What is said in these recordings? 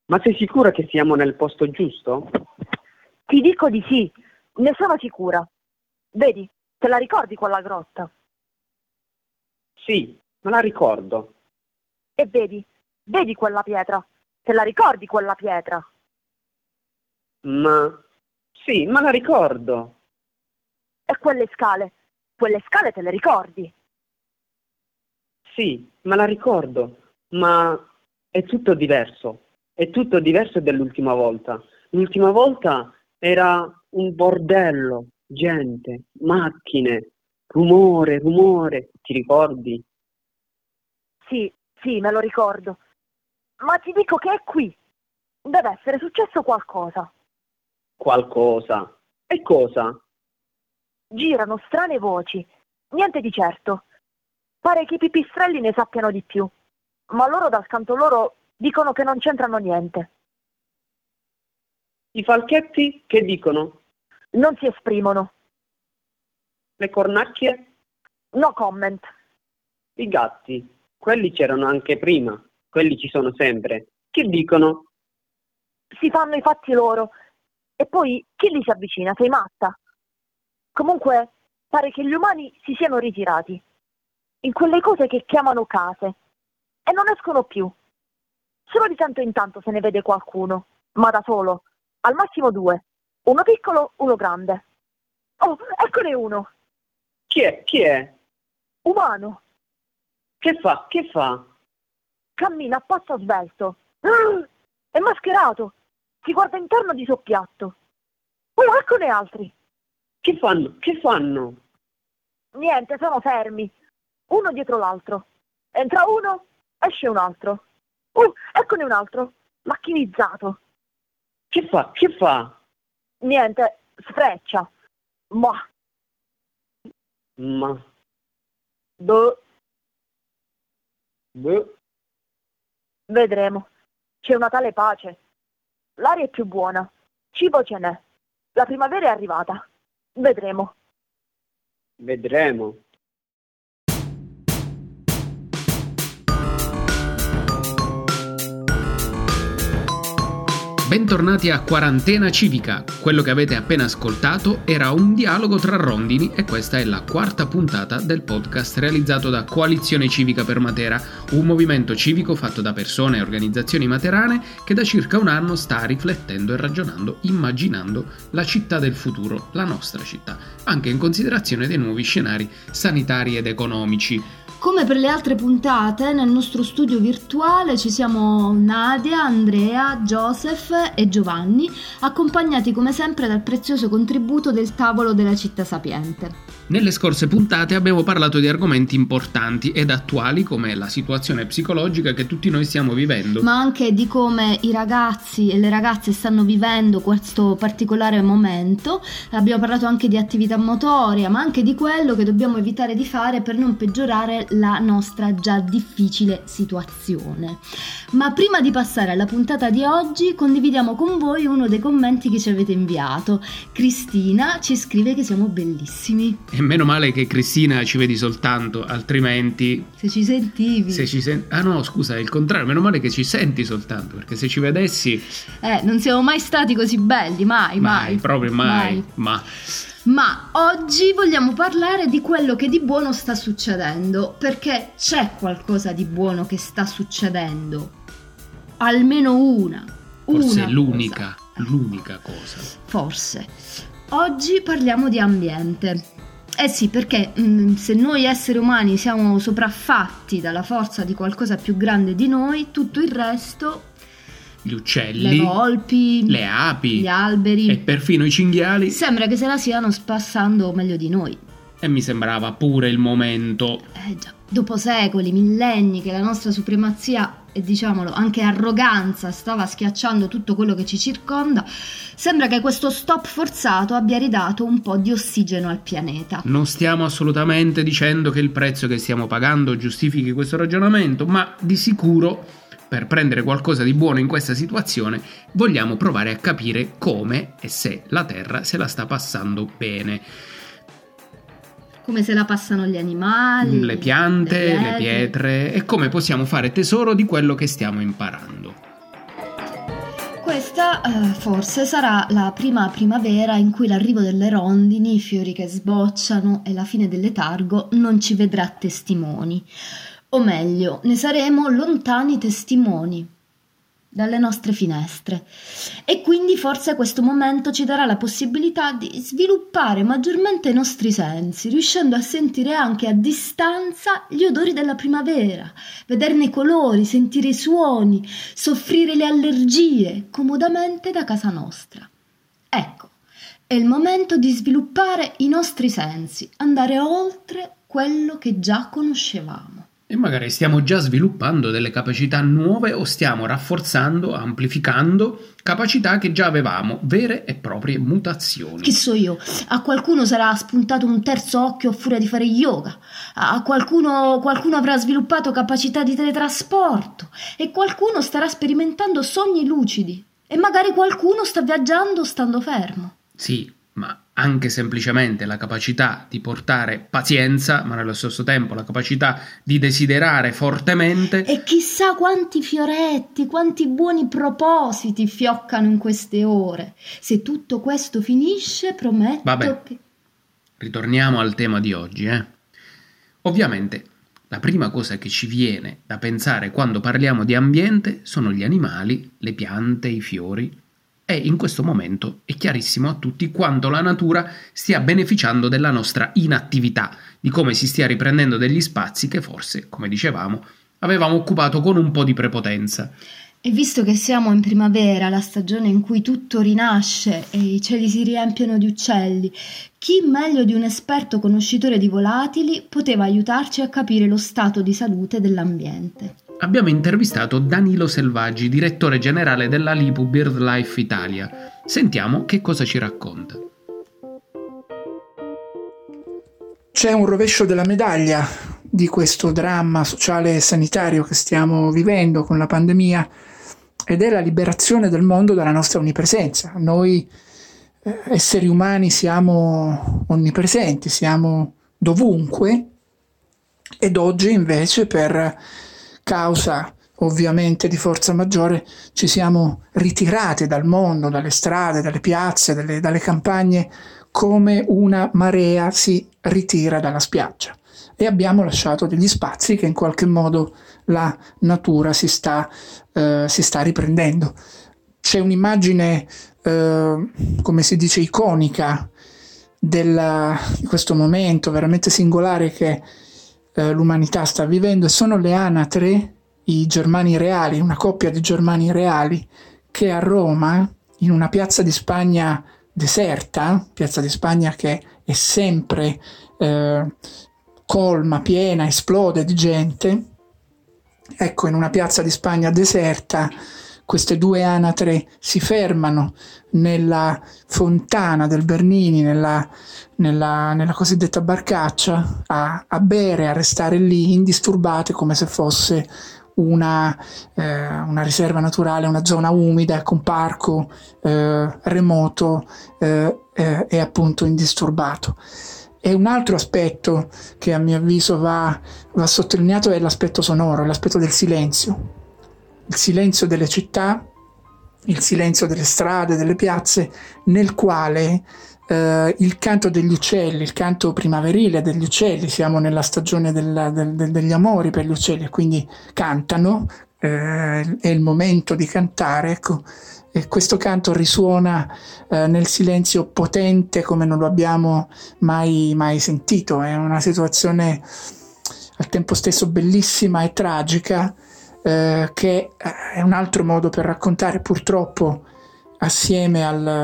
Ma sei sicura che siamo nel posto giusto? Ti dico di sì, ne sono sicura. Vedi, te la ricordi quella grotta? Sì, me la ricordo. E vedi quella pietra? Te la ricordi quella pietra? Ma... Sì, me la ricordo. E quelle scale te le ricordi? Sì, me la ricordo. Ma è tutto diverso. È tutto diverso dell'ultima volta. L'ultima volta era un bordello, gente, macchine, rumore. Ti ricordi? Sì, me lo ricordo. Ma ti dico che è qui. Deve essere successo qualcosa. Qualcosa. E cosa? Girano strane voci. Niente di certo. Pare che i pipistrelli ne sappiano di più. Ma loro dal canto loro dicono che non c'entrano niente. I falchetti che dicono? Non si esprimono. Le cornacchie? No comment. I gatti? Quelli c'erano anche prima. Quelli ci sono sempre. Che dicono? Si fanno i fatti loro. E poi chi li si avvicina? Sei matta? Comunque, pare che gli umani si siano ritirati. In quelle cose che chiamano case. E non escono più. Solo di tanto in tanto se ne vede qualcuno. Ma da solo. Al massimo 2. Uno piccolo, uno grande. Oh, eccone uno. Chi è? Chi è? Umano. Che fa? Che fa? Cammina a passo svelto. Ah, è mascherato. Si guarda intorno di soppiatto. Oh, eccone altri. Che fanno? Che fanno? Niente, sono fermi. Uno dietro l'altro. Entra uno, esce un altro. Eccone un altro. Macchinizzato. Che fa? Che fa? Niente, sfreccia. Ma. Boh. Vedremo. C'è una tale pace. L'aria è più buona. Cibo ce n'è. La primavera è arrivata. Vedremo. Bentornati a Quarantena Civica. Quello che avete appena ascoltato era un dialogo tra rondini e questa è la quarta puntata del podcast realizzato da Coalizione Civica per Matera, un movimento civico fatto da persone e organizzazioni materane che da circa un anno sta riflettendo e ragionando, immaginando la città del futuro, la nostra città, anche in considerazione dei nuovi scenari sanitari ed economici. Come per le altre puntate, nel nostro studio virtuale ci siamo Nadia, Andrea, Joseph e Giovanni, accompagnati come sempre dal prezioso contributo del tavolo della città sapiente. Nelle scorse puntate abbiamo parlato di argomenti importanti ed attuali come la situazione psicologica che tutti noi stiamo vivendo. Ma anche di come i ragazzi e le ragazze stanno vivendo questo particolare momento. Abbiamo parlato anche di attività motoria, ma anche di quello che dobbiamo evitare di fare per non peggiorare la nostra già difficile situazione. Ma prima di passare alla puntata di oggi, condividiamo con voi uno dei commenti che ci avete inviato. Cristina ci scrive che siamo bellissimi. E meno male che Cristina ci vedi soltanto, altrimenti... Se ci sentivi. Ah no, scusa, è il contrario, meno male che ci senti soltanto, perché se ci vedessi... non siamo mai stati così belli, mai. Proprio mai. Ma oggi vogliamo parlare di quello che di buono sta succedendo, perché c'è qualcosa di buono che sta succedendo. Almeno una. Forse l'unica cosa. Forse. Oggi parliamo di ambiente. Eh sì, perché se noi esseri umani siamo sopraffatti dalla forza di qualcosa più grande di noi, tutto il resto... Gli uccelli, le volpi, le api, gli alberi e perfino i cinghiali sembra che se la stiano spassando meglio di noi. E mi sembrava pure il momento. Già, dopo secoli, millenni che la nostra supremazia e diciamolo anche arroganza stava schiacciando tutto quello che ci circonda, sembra che questo stop forzato abbia ridato un po' di ossigeno al pianeta. Non stiamo assolutamente dicendo che il prezzo che stiamo pagando giustifichi questo ragionamento, ma di sicuro, per prendere qualcosa di buono in questa situazione, vogliamo provare a capire come e se la Terra se la sta passando bene. Come se la passano gli animali, le piante, le pietre, e come possiamo fare tesoro di quello che stiamo imparando. Questa forse sarà la prima primavera in cui l'arrivo delle rondini, i fiori che sbocciano e la fine del letargo non ci vedrà testimoni. O meglio, ne saremo lontani testimoni dalle nostre finestre. E quindi forse questo momento ci darà la possibilità di sviluppare maggiormente i nostri sensi, riuscendo a sentire anche a distanza gli odori della primavera, vederne i colori, sentire i suoni, soffrire le allergie comodamente da casa nostra. Ecco, è il momento di sviluppare i nostri sensi, andare oltre quello che già conoscevamo. E magari stiamo già sviluppando delle capacità nuove o stiamo rafforzando, amplificando capacità che già avevamo, vere e proprie mutazioni. Chi so io, a qualcuno sarà spuntato un terzo occhio a furia di fare yoga, a qualcuno avrà sviluppato capacità di teletrasporto e qualcuno starà sperimentando sogni lucidi e magari qualcuno sta viaggiando stando fermo. Sì, ma anche semplicemente la capacità di portare pazienza, ma nello stesso tempo la capacità di desiderare fortemente. E chissà quanti fioretti, quanti buoni propositi fioccano in queste ore. Se tutto questo finisce, prometto che... Ritorniamo al tema di oggi, Ovviamente, la prima cosa che ci viene da pensare quando parliamo di ambiente sono gli animali, le piante, i fiori. E in questo momento è chiarissimo a tutti quanto la natura stia beneficiando della nostra inattività, di come si stia riprendendo degli spazi che forse, come dicevamo, avevamo occupato con un po' di prepotenza. E visto che siamo in primavera, la stagione in cui tutto rinasce e i cieli si riempiono di uccelli, chi meglio di un esperto conoscitore di volatili poteva aiutarci a capire lo stato di salute dell'ambiente? Abbiamo intervistato Danilo Selvaggi, direttore generale della Lipu BirdLife Italia. Sentiamo che cosa ci racconta. C'è un rovescio della medaglia di questo dramma sociale e sanitario che stiamo vivendo con la pandemia ed è la liberazione del mondo dalla nostra onnipresenza. Noi esseri umani siamo onnipresenti, siamo dovunque ed oggi invece per causa ovviamente di forza maggiore ci siamo ritirati dal mondo, dalle strade, dalle piazze, dalle campagne, come una marea si ritira dalla spiaggia e abbiamo lasciato degli spazi che in qualche modo la natura si sta riprendendo. C'è un'immagine come si dice iconica di questo momento veramente singolare che l'umanità sta vivendo e sono le anatre, i germani reali, una coppia di germani reali che a Roma, in una piazza di Spagna deserta, piazza di Spagna che è sempre colma, piena, esplode di gente, ecco, in una piazza di Spagna deserta queste due anatre si fermano nella fontana del Bernini, nella cosiddetta barcaccia, a bere, a restare lì indisturbate come se fosse una riserva naturale, una zona umida, con parco remoto e appunto indisturbato. E un altro aspetto che a mio avviso va sottolineato è l'aspetto sonoro, l'aspetto del silenzio. Il silenzio delle città, il silenzio delle strade, delle piazze, nel quale il canto degli uccelli, il canto primaverile degli uccelli, siamo nella stagione degli amori per gli uccelli e quindi cantano, è il momento di cantare, ecco, e questo canto risuona nel silenzio potente come non lo abbiamo mai sentito. È una situazione al tempo stesso bellissima e tragica, che è un altro modo per raccontare, purtroppo assieme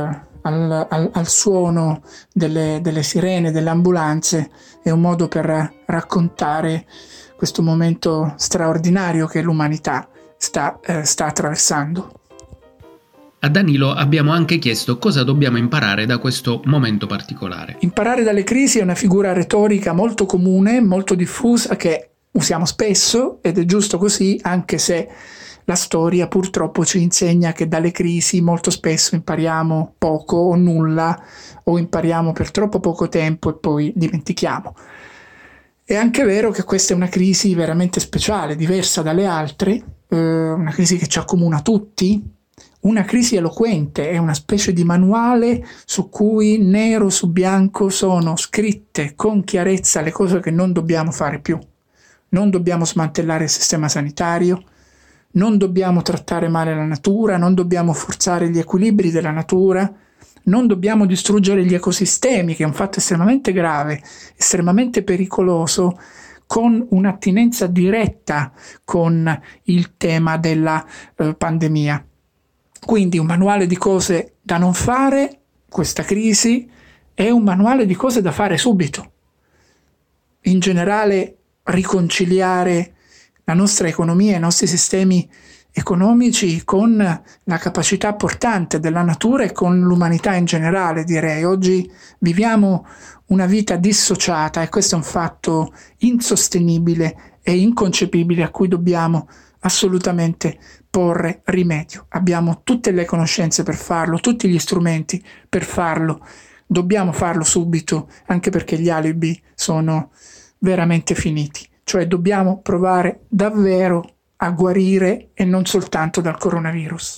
al suono delle sirene, delle ambulanze, è un modo per raccontare questo momento straordinario che l'umanità sta attraversando. A Danilo abbiamo anche chiesto cosa dobbiamo imparare da questo momento particolare. Imparare dalle crisi è una figura retorica molto comune, molto diffusa, che usiamo spesso ed è giusto così, anche se la storia purtroppo ci insegna che dalle crisi molto spesso impariamo poco o nulla, o impariamo per troppo poco tempo e poi dimentichiamo. È anche vero che questa è una crisi veramente speciale, diversa dalle altre, una crisi che ci accomuna tutti, una crisi eloquente, è una specie di manuale su cui nero su bianco sono scritte con chiarezza le cose che non dobbiamo fare più. Non dobbiamo smantellare il sistema sanitario, non dobbiamo trattare male la natura, non dobbiamo forzare gli equilibri della natura, non dobbiamo distruggere gli ecosistemi, che è un fatto estremamente grave, estremamente pericoloso, con un'attinenza diretta con il tema della pandemia. Quindi un manuale di cose da non fare, questa crisi, è un manuale di cose da fare subito. In generale, riconciliare la nostra economia, i nostri sistemi economici con la capacità portante della natura e con l'umanità in generale, direi. Oggi viviamo una vita dissociata e questo è un fatto insostenibile e inconcepibile a cui dobbiamo assolutamente porre rimedio. Abbiamo tutte le conoscenze per farlo, tutti gli strumenti per farlo. Dobbiamo farlo subito, anche perché gli alibi sono veramente finiti. Cioè dobbiamo provare davvero a guarire e non soltanto dal coronavirus.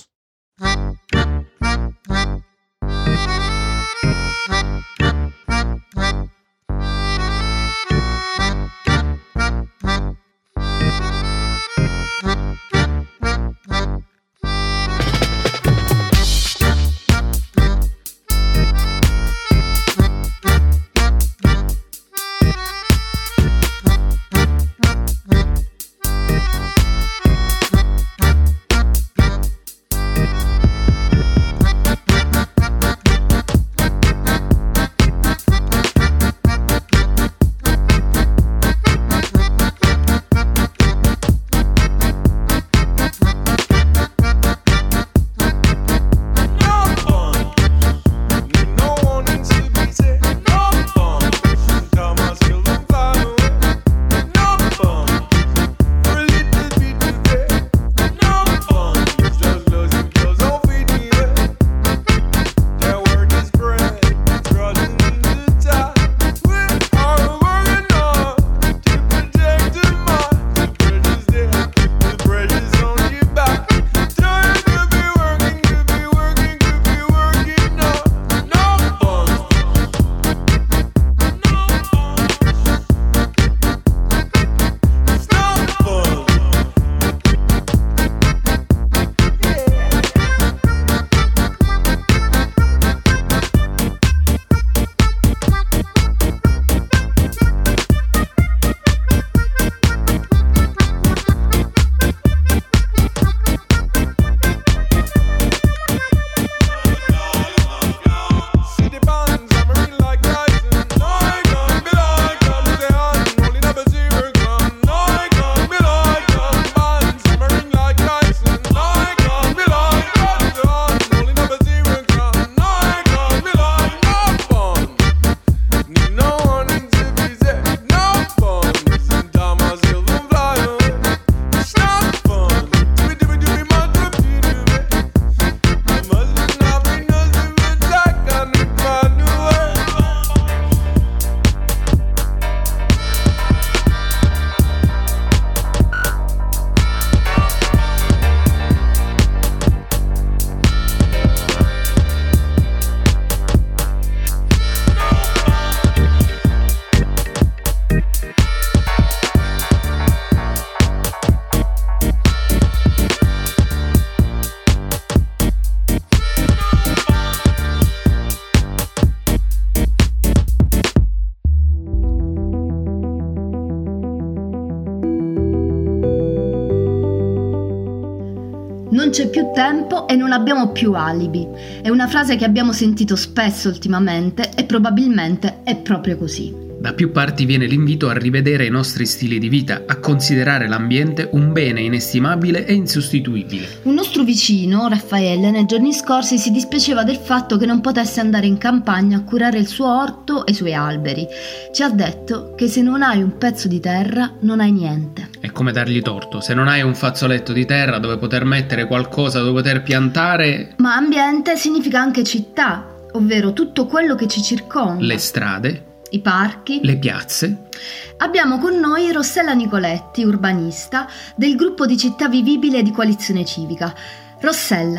Non c'è più tempo e non abbiamo più alibi. È una frase che abbiamo sentito spesso ultimamente e probabilmente è proprio così. Da più parti viene l'invito a rivedere i nostri stili di vita, a considerare l'ambiente un bene inestimabile e insostituibile. Un nostro vicino, Raffaele, nei giorni scorsi si dispiaceva del fatto che non potesse andare in campagna a curare il suo orto e i suoi alberi. Ci ha detto che se non hai un pezzo di terra non hai niente. È come dargli torto, se non hai un fazzoletto di terra dove poter mettere qualcosa, dove poter piantare... Ma ambiente significa anche città, ovvero tutto quello che ci circonda. Le strade, i parchi, le piazze. Abbiamo con noi Rossella Nicoletti, urbanista del gruppo di Città Vivibile di Coalizione Civica. Rossella,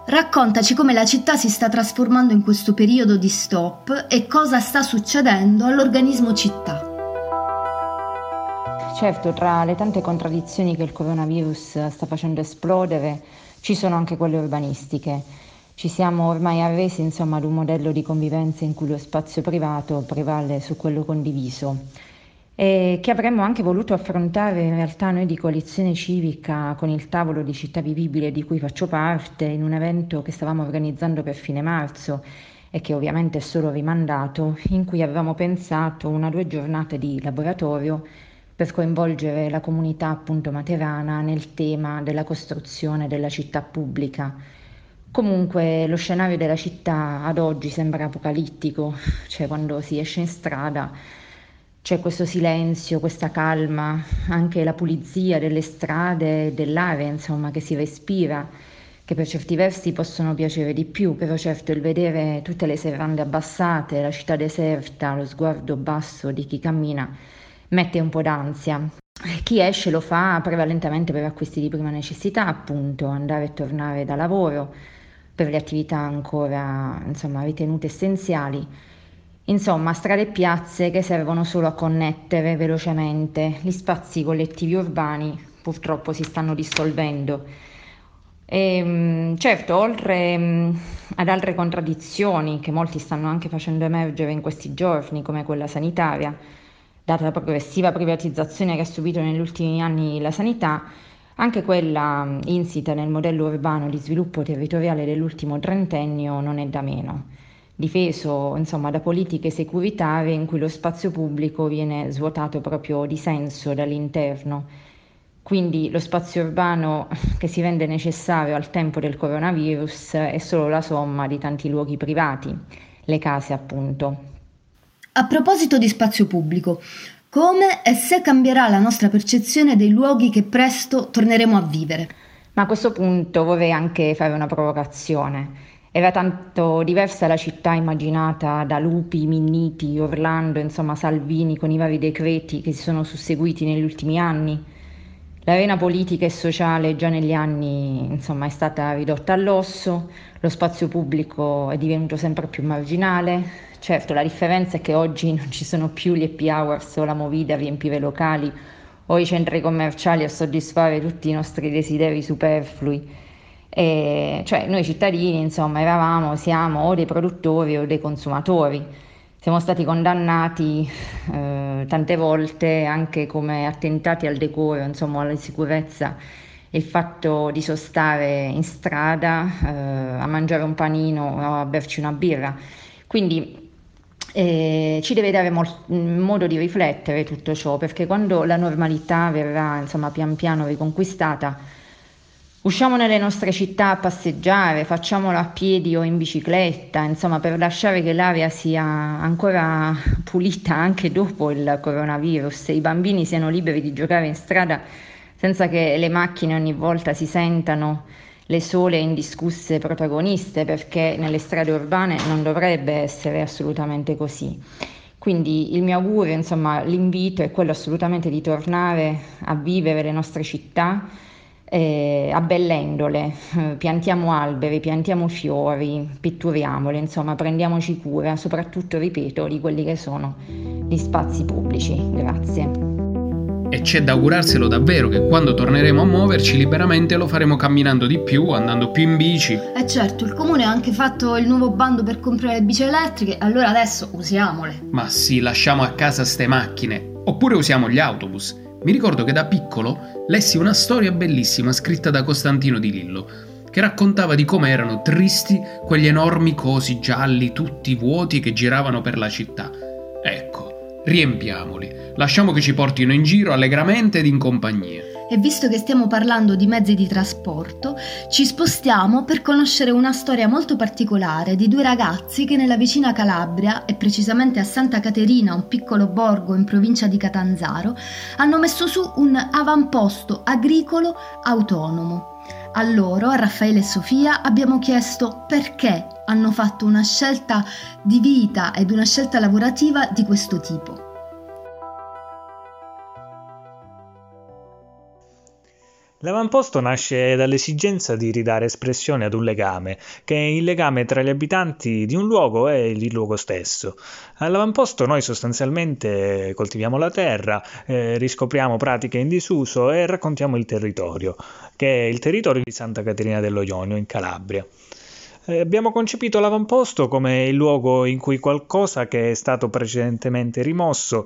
raccontaci come la città si sta trasformando in questo periodo di stop e cosa sta succedendo all'organismo città. Certo, tra le tante contraddizioni che il coronavirus sta facendo esplodere, ci sono anche quelle urbanistiche. Ci siamo ormai arresi, insomma, ad un modello di convivenza in cui lo spazio privato prevale su quello condiviso e che avremmo anche voluto affrontare in realtà noi di Coalizione Civica con il tavolo di Città Vivibile di cui faccio parte, in un evento che stavamo organizzando per fine marzo e che ovviamente è solo rimandato, in cui avevamo pensato 1 o 2 giornate di laboratorio per coinvolgere la comunità appunto materana nel tema della costruzione della città pubblica. Comunque lo scenario della città ad oggi sembra apocalittico, cioè quando si esce in strada c'è questo silenzio, questa calma, anche la pulizia delle strade e dell'aria, insomma, che si respira, che per certi versi possono piacere di più, però certo il vedere tutte le serrande abbassate, la città deserta, lo sguardo basso di chi cammina mette un po' d'ansia. Chi esce lo fa prevalentemente per acquisti di prima necessità, appunto, andare e tornare da lavoro, per le attività ancora, insomma, ritenute essenziali. Insomma, strade e piazze che servono solo a connettere velocemente. Gli spazi collettivi urbani purtroppo si stanno dissolvendo. E, certo, oltre ad altre contraddizioni che molti stanno anche facendo emergere in questi giorni, come quella sanitaria, data la progressiva privatizzazione che ha subito negli ultimi anni la sanità, anche quella insita nel modello urbano di sviluppo territoriale dell'ultimo trentennio non è da meno, difeso insomma da politiche securitarie in cui lo spazio pubblico viene svuotato proprio di senso dall'interno. Quindi lo spazio urbano che si rende necessario al tempo del coronavirus è solo la somma di tanti luoghi privati, le case appunto. A proposito di spazio pubblico, come e se cambierà la nostra percezione dei luoghi che presto torneremo a vivere? Ma a questo punto vorrei anche fare una provocazione. Era tanto diversa la città immaginata da Lupi, Minniti, Orlando, insomma Salvini, con i vari decreti che si sono susseguiti negli ultimi anni. L'arena politica e sociale già negli anni, insomma, è stata ridotta all'osso, lo spazio pubblico è divenuto sempre più marginale. Certo, la differenza è che oggi non ci sono più gli happy hours o la movida a riempire locali o i centri commerciali a soddisfare tutti i nostri desideri superflui. Cioè noi cittadini, insomma, siamo o dei produttori o dei consumatori. Siamo stati condannati tante volte anche come attentati al decoro, insomma, alla sicurezza, il fatto di sostare in strada a mangiare un panino o a berci una birra. Quindi ci deve dare modo di riflettere tutto ciò, perché quando la normalità verrà, insomma, pian piano riconquistata, usciamo nelle nostre città a passeggiare, facciamolo a piedi o in bicicletta, insomma, per lasciare che l'aria sia ancora pulita anche dopo il coronavirus e i bambini siano liberi di giocare in strada senza che le macchine ogni volta si sentano le sole indiscusse protagoniste, perché nelle strade urbane non dovrebbe essere assolutamente così. Quindi il mio augurio, insomma, l'invito è quello assolutamente di tornare a vivere le nostre città, abbellendole, piantiamo alberi, piantiamo fiori, pitturiamole, insomma prendiamoci cura, soprattutto, ripeto, di quelli che sono gli spazi pubblici. Grazie. E c'è da augurarselo davvero che quando torneremo a muoverci liberamente lo faremo camminando di più, andando più in bici. E certo, il comune ha anche fatto il nuovo bando per comprare le bici elettriche, allora adesso usiamole. Ma sì, lasciamo a casa ste macchine, oppure usiamo gli autobus. Mi ricordo che da piccolo lessi una storia bellissima scritta da Costantino Di Lillo, che raccontava di come erano tristi quegli enormi cosi gialli tutti vuoti che giravano per la città. Ecco, riempiamoli, lasciamo che ci portino in giro allegramente ed in compagnia. E visto che stiamo parlando di mezzi di trasporto, ci spostiamo per conoscere una storia molto particolare di 2 ragazzi che nella vicina Calabria, e precisamente a Santa Caterina, un piccolo borgo in provincia di Catanzaro, hanno messo su un avamposto agricolo autonomo. A loro, a Raffaele e Sofia, abbiamo chiesto perché hanno fatto una scelta di vita ed una scelta lavorativa di questo tipo. L'avamposto nasce dall'esigenza di ridare espressione ad un legame, che è il legame tra gli abitanti di un luogo e il luogo stesso. All'avamposto noi sostanzialmente coltiviamo la terra, riscopriamo pratiche in disuso e raccontiamo il territorio, che è il territorio di Santa Caterina dello Ionio in Calabria. Abbiamo concepito l'avamposto come il luogo in cui qualcosa che è stato precedentemente rimosso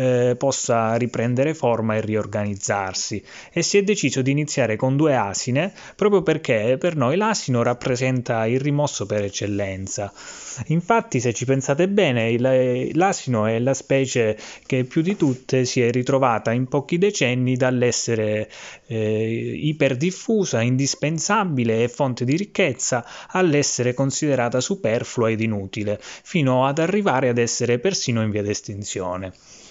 possa riprendere forma e riorganizzarsi, e si è deciso di iniziare con 2 asine proprio perché per noi l'asino rappresenta il rimosso per eccellenza. Infatti, se ci pensate bene, l'asino è la specie che più di tutte si è ritrovata in pochi decenni dall'essere iperdiffusa, indispensabile e fonte di ricchezza, all'essere considerata superflua ed inutile, fino ad arrivare ad essere persino in via d'estinzione.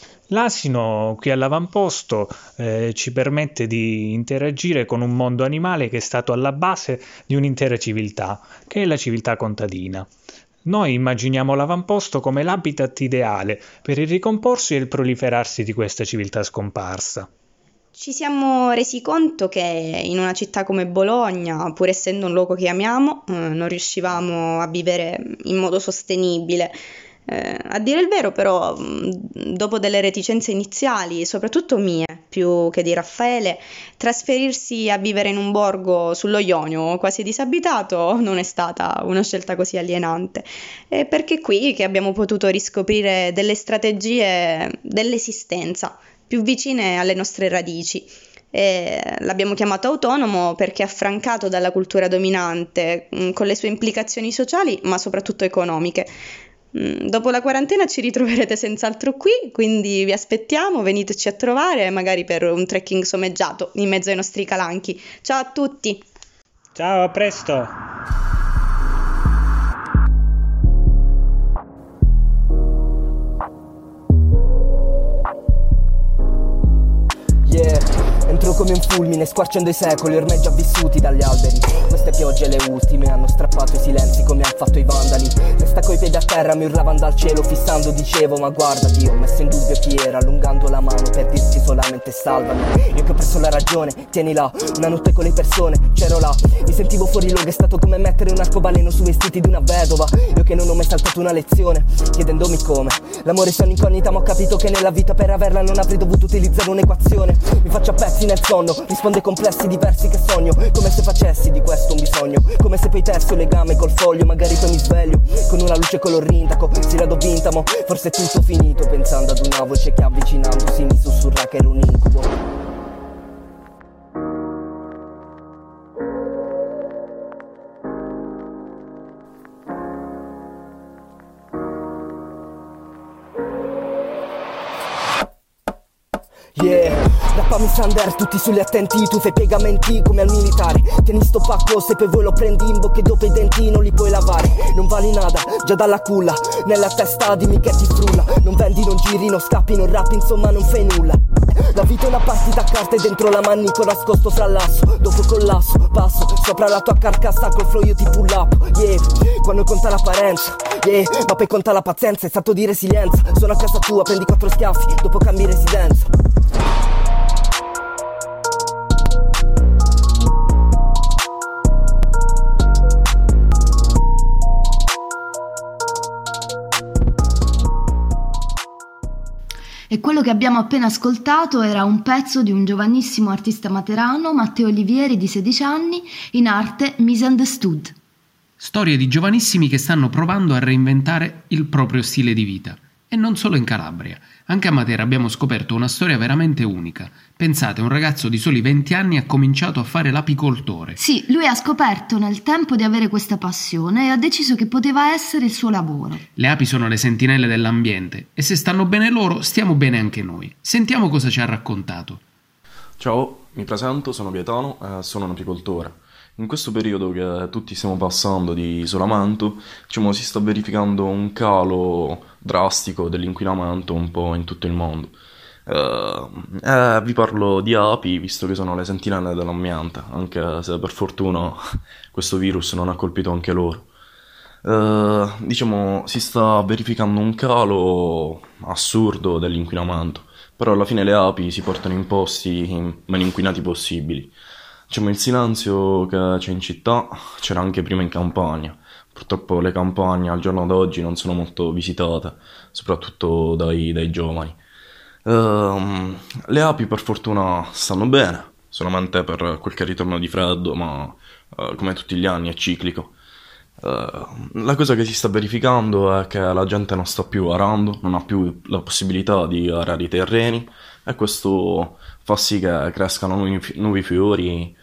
L'asino qui all'avamposto ci permette di interagire con un mondo animale che è stato alla base di un'intera civiltà, che è la civiltà contadina. Noi immaginiamo l'avamposto come l'habitat ideale per il ricomporsi e il proliferarsi di questa civiltà scomparsa. Ci siamo resi conto che in una città come Bologna, pur essendo un luogo che amiamo, non riuscivamo a vivere in modo sostenibile. A dire il vero, però, dopo delle reticenze iniziali, soprattutto mie, più che di Raffaele, trasferirsi a vivere in un borgo sullo Ionio, quasi disabitato, non è stata una scelta così alienante. Perché è qui che abbiamo potuto riscoprire delle strategie dell'esistenza, più vicine alle nostre radici. L'abbiamo chiamato autonomo perché affrancato dalla cultura dominante, con le sue implicazioni sociali, ma soprattutto economiche. Dopo la quarantena ci ritroverete senz'altro qui, quindi vi aspettiamo, veniteci a trovare, magari per un trekking sommeggiato in mezzo ai nostri calanchi. Ciao a tutti! Ciao, a presto! Entro come un fulmine, squarciando i secoli ormai già vissuti dagli alberi. Queste piogge le ultime hanno strappato i silenzi come han fatto i vandali. Resta coi piedi a terra, mi urlavano dal cielo, fissando dicevo ma guarda Dio, ho messo in dubbio chi era, allungando la mano per dirti solamente salvami. Io che ho perso la ragione, tieni là, una notte con le persone, c'ero là. Mi sentivo fuori luogo, è stato come mettere un arcobaleno sui vestiti di una vedova. Io che non ho mai saltato una lezione, chiedendomi come. L'amore sia un'incognita, ma ho capito che nella vita per averla non avrei dovuto utilizzare un'equazione. Mi faccio a pezzi nel sonno, risponde complessi diversi che sogno, come se facessi di questo un bisogno, come se poi tessi un legame col foglio, magari poi mi sveglio con una luce color indaco, si rado vintamo, forse è tutto finito, pensando ad una voce che avvicinandosi mi sussurra che era un incubo. Yeah, rappami Sander, tutti sugli attenti, tu fai piegamenti come al militare. Tieni sto pacco, se poi voi lo prendi in bocca e dopo i denti non li puoi lavare. Non vali nada, già dalla culla, nella testa dimmi che ti frulla. Non vendi, non giri, non scappi, non rappi, insomma non fai nulla. La vita è una partita a carte dentro la manico nascosto fra l'asso. Dopo collasso, passo sopra la tua carcassa col flow io ti pull up. Yeah, quando conta l'apparenza, yeah, ma poi conta la pazienza, è stato di resilienza. Sono a casa tua, prendi 4 schiaffi, dopo cambi residenza. E quello che abbiamo appena ascoltato era un pezzo di un giovanissimo artista materano, Matteo Olivieri, di 16 anni, in arte Misunderstood. Storie di giovanissimi che stanno provando a reinventare il proprio stile di vita. E non solo in Calabria. Anche a Matera abbiamo scoperto una storia veramente unica. Pensate, un ragazzo di soli 20 anni ha cominciato a fare l'apicoltore. Sì, lui ha scoperto nel tempo di avere questa passione e ha deciso che poteva essere il suo lavoro. Le api sono le sentinelle dell'ambiente e se stanno bene loro, stiamo bene anche noi. Sentiamo cosa ci ha raccontato. Ciao, mi presento, sono Gaetano e sono un apicoltore. In questo periodo che tutti stiamo passando di isolamento, si sta verificando un calo drastico dell'inquinamento un po' in tutto il mondo. Vi parlo di api, visto che sono le sentinelle dell'ambiente, anche se per fortuna questo virus non ha colpito anche loro. Si sta verificando un calo assurdo dell'inquinamento, però alla fine le api si portano in posti meno inquinati possibili. Diciamo, il silenzio che c'è in città c'era anche prima in campagna. Purtroppo le campagne al giorno d'oggi non sono molto visitate, soprattutto dai giovani. Le api per fortuna stanno bene, solamente per qualche ritorno di freddo, ma come tutti gli anni è ciclico. La cosa che si sta verificando è che la gente non sta più arando, non ha più la possibilità di arare i terreni, e questo fa sì che crescano nuovi fiori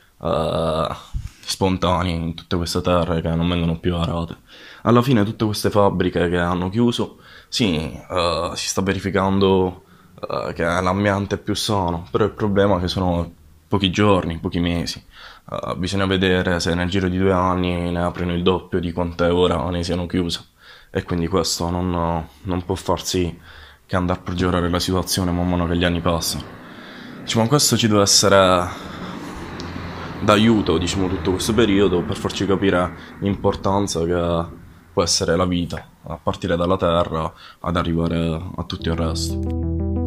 spontanei in tutte queste terre che non vengono più arate. Alla fine tutte queste fabbriche che hanno chiuso, sì, si sta verificando che l'ambiente è più sano, però il problema è che sono pochi giorni, pochi mesi. Bisogna vedere se nel giro di 2 anni ne aprono il doppio di quante ora ne siano chiuse, e quindi questo non può far sì che andare a peggiorare la situazione man mano che gli anni passano. Diciamo, questo ci deve essere d'aiuto, diciamo, tutto questo periodo, per farci capire l'importanza che può essere la vita, a partire dalla terra ad arrivare a tutto il resto.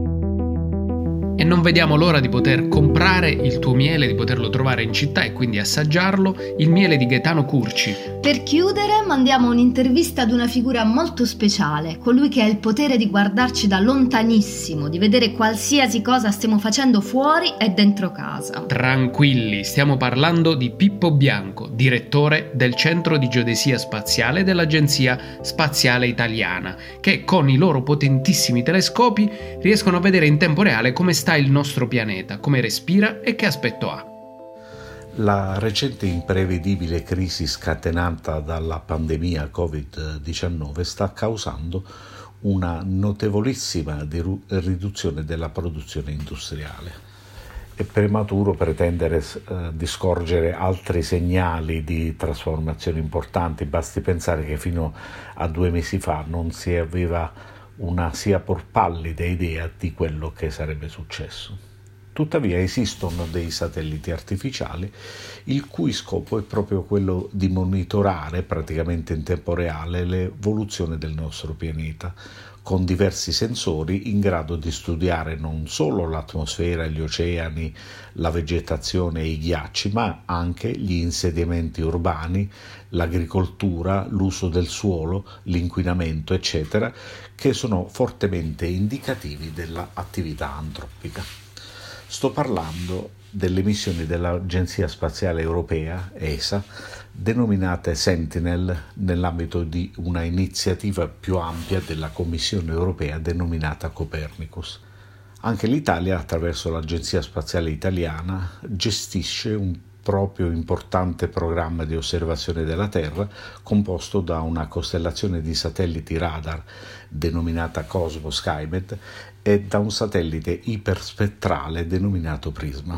E non vediamo l'ora di poter comprare il tuo miele, di poterlo trovare in città e quindi assaggiarlo, il miele di Gaetano Curci. Per chiudere mandiamo un'intervista ad una figura molto speciale, colui che ha il potere di guardarci da lontanissimo, di vedere qualsiasi cosa stiamo facendo fuori e dentro casa. Tranquilli, stiamo parlando di Pippo Bianco, direttore del Centro di Geodesia Spaziale dell'Agenzia Spaziale Italiana, che con i loro potentissimi telescopi riescono a vedere in tempo reale come sta il nostro pianeta, come respira e che aspetto ha. La recente imprevedibile crisi scatenata dalla pandemia Covid-19 sta causando una notevolissima riduzione della produzione industriale. È prematuro pretendere di scorgere altri segnali di trasformazione importanti, basti pensare che fino a 2 mesi fa non si aveva una sia pur pallida idea di quello che sarebbe successo. Tuttavia esistono dei satelliti artificiali il cui scopo è proprio quello di monitorare praticamente in tempo reale l'evoluzione del nostro pianeta, con diversi sensori in grado di studiare non solo l'atmosfera, gli oceani, la vegetazione e i ghiacci, ma anche gli insediamenti urbani, l'agricoltura, l'uso del suolo, l'inquinamento, eccetera, che sono fortemente indicativi dell'attività antropica. Sto parlando delle missioni dell'Agenzia Spaziale Europea, ESA, denominate Sentinel nell'ambito di una iniziativa più ampia della Commissione Europea denominata Copernicus. Anche l'Italia, attraverso l'Agenzia Spaziale Italiana, gestisce un proprio importante programma di osservazione della Terra composto da una costellazione di satelliti radar denominata Cosmos Skymed e da un satellite iperspettrale denominato Prisma.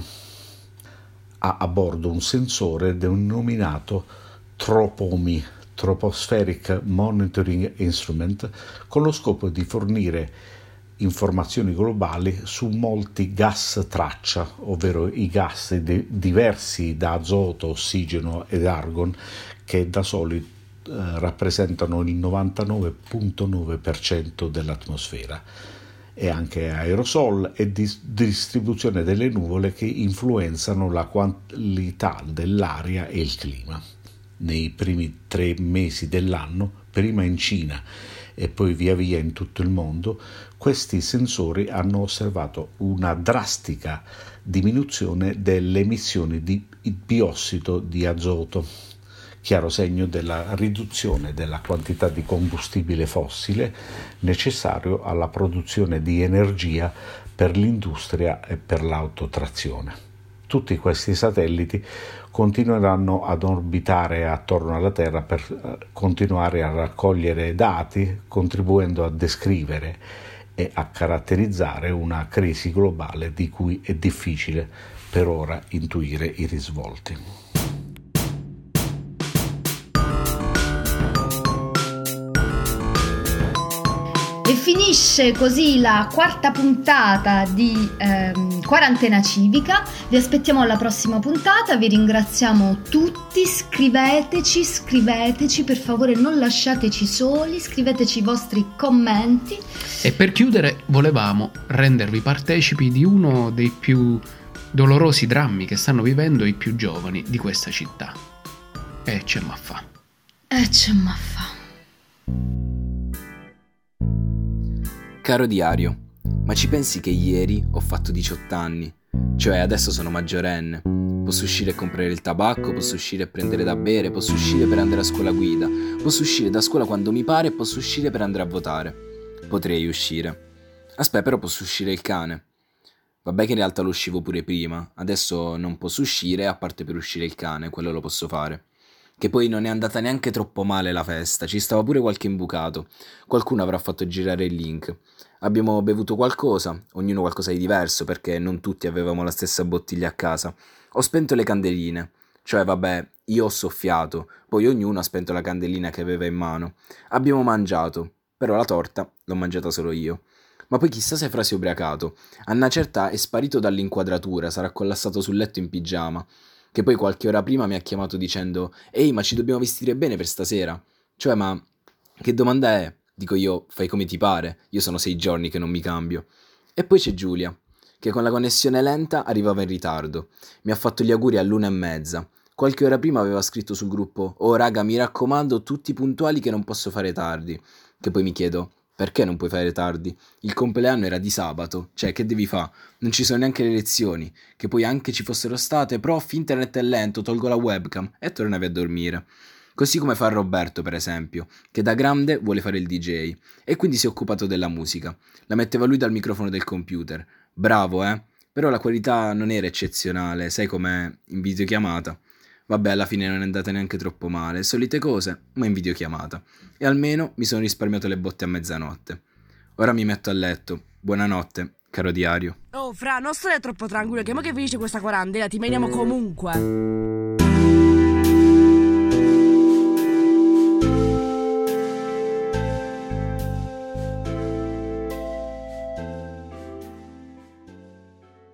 Ha a bordo un sensore denominato TROPOMI, Tropospheric Monitoring Instrument, con lo scopo di fornire informazioni globali su molti gas traccia, ovvero i gas diversi da azoto, ossigeno ed argon, che da soli rappresentano il 99,9% dell'atmosfera, e anche aerosol e distribuzione delle nuvole che influenzano la qualità dell'aria e il clima. Nei primi 3 mesi dell'anno, prima in Cina e poi via via in tutto il mondo, questi sensori hanno osservato una drastica diminuzione delle emissioni di biossido di azoto, chiaro segno della riduzione della quantità di combustibile fossile necessario alla produzione di energia per l'industria e per l'autotrazione. Tutti questi satelliti continueranno ad orbitare attorno alla Terra per continuare a raccogliere dati, contribuendo a descrivere e a caratterizzare una crisi globale di cui è difficile per ora intuire i risvolti. E finisce così la 4ª puntata di Quarantena Civica. Vi aspettiamo alla prossima puntata, vi ringraziamo tutti, scriveteci, per favore non lasciateci soli, scriveteci i vostri commenti. E per chiudere volevamo rendervi partecipi di uno dei più Dolorosi drammi che stanno vivendo i più giovani di questa città. E c'è maffa. Caro diario, ma ci pensi che ieri ho fatto 18 anni? Cioè adesso sono maggiorenne. Posso uscire e comprare il tabacco, posso uscire e prendere da bere, posso uscire per andare a scuola guida, posso uscire da scuola quando mi pare e posso uscire per andare a votare. Potrei uscire. Aspetta, però posso uscire il cane. Vabbè che in realtà lo uscivo pure prima, adesso non posso uscire a parte per uscire il cane, quello lo posso fare. Che poi non è andata neanche troppo male la festa, ci stava pure qualche imbucato. Qualcuno avrà fatto girare il link. Abbiamo bevuto qualcosa, ognuno qualcosa di diverso perché non tutti avevamo la stessa bottiglia a casa. Ho spento le candeline, cioè vabbè, io ho soffiato, poi ognuno ha spento la candelina che aveva in mano. Abbiamo mangiato, però la torta l'ho mangiata solo io. Ma poi chissà se Fra si è ubriacato. A una certa è sparito dall'inquadratura, sarà collassato sul letto in pigiama. Che poi qualche ora prima mi ha chiamato dicendo «Ehi, ma ci dobbiamo vestire bene per stasera?» Cioè, ma che domanda è? Dico io, fai come ti pare, io sono 6 giorni che non mi cambio. E poi c'è Giulia, che con la connessione lenta arrivava in ritardo. Mi ha fatto gli auguri all'1:30. Qualche ora prima aveva scritto sul gruppo «Oh raga, mi raccomando, tutti puntuali che non posso fare tardi». Che poi mi chiedo «Perché non puoi fare tardi? Il compleanno era di sabato, cioè che devi fare? Non ci sono neanche le lezioni, che poi anche ci fossero state, prof, internet è lento, tolgo la webcam e tornavi a dormire». Così come fa Roberto, per esempio, che da grande vuole fare il DJ e quindi si è occupato della musica. La metteva lui dal microfono del computer. Bravo, Però la qualità non era eccezionale, sai com'è in videochiamata. Vabbè, alla fine non è andata neanche troppo male, solite cose, ma in videochiamata. E almeno mi sono risparmiato le botte a mezzanotte. Ora mi metto a letto. Buonanotte, caro diario. Oh, Fra, non stare troppo tranquillo, che mo che finisce questa quarantena, ti vediamo comunque.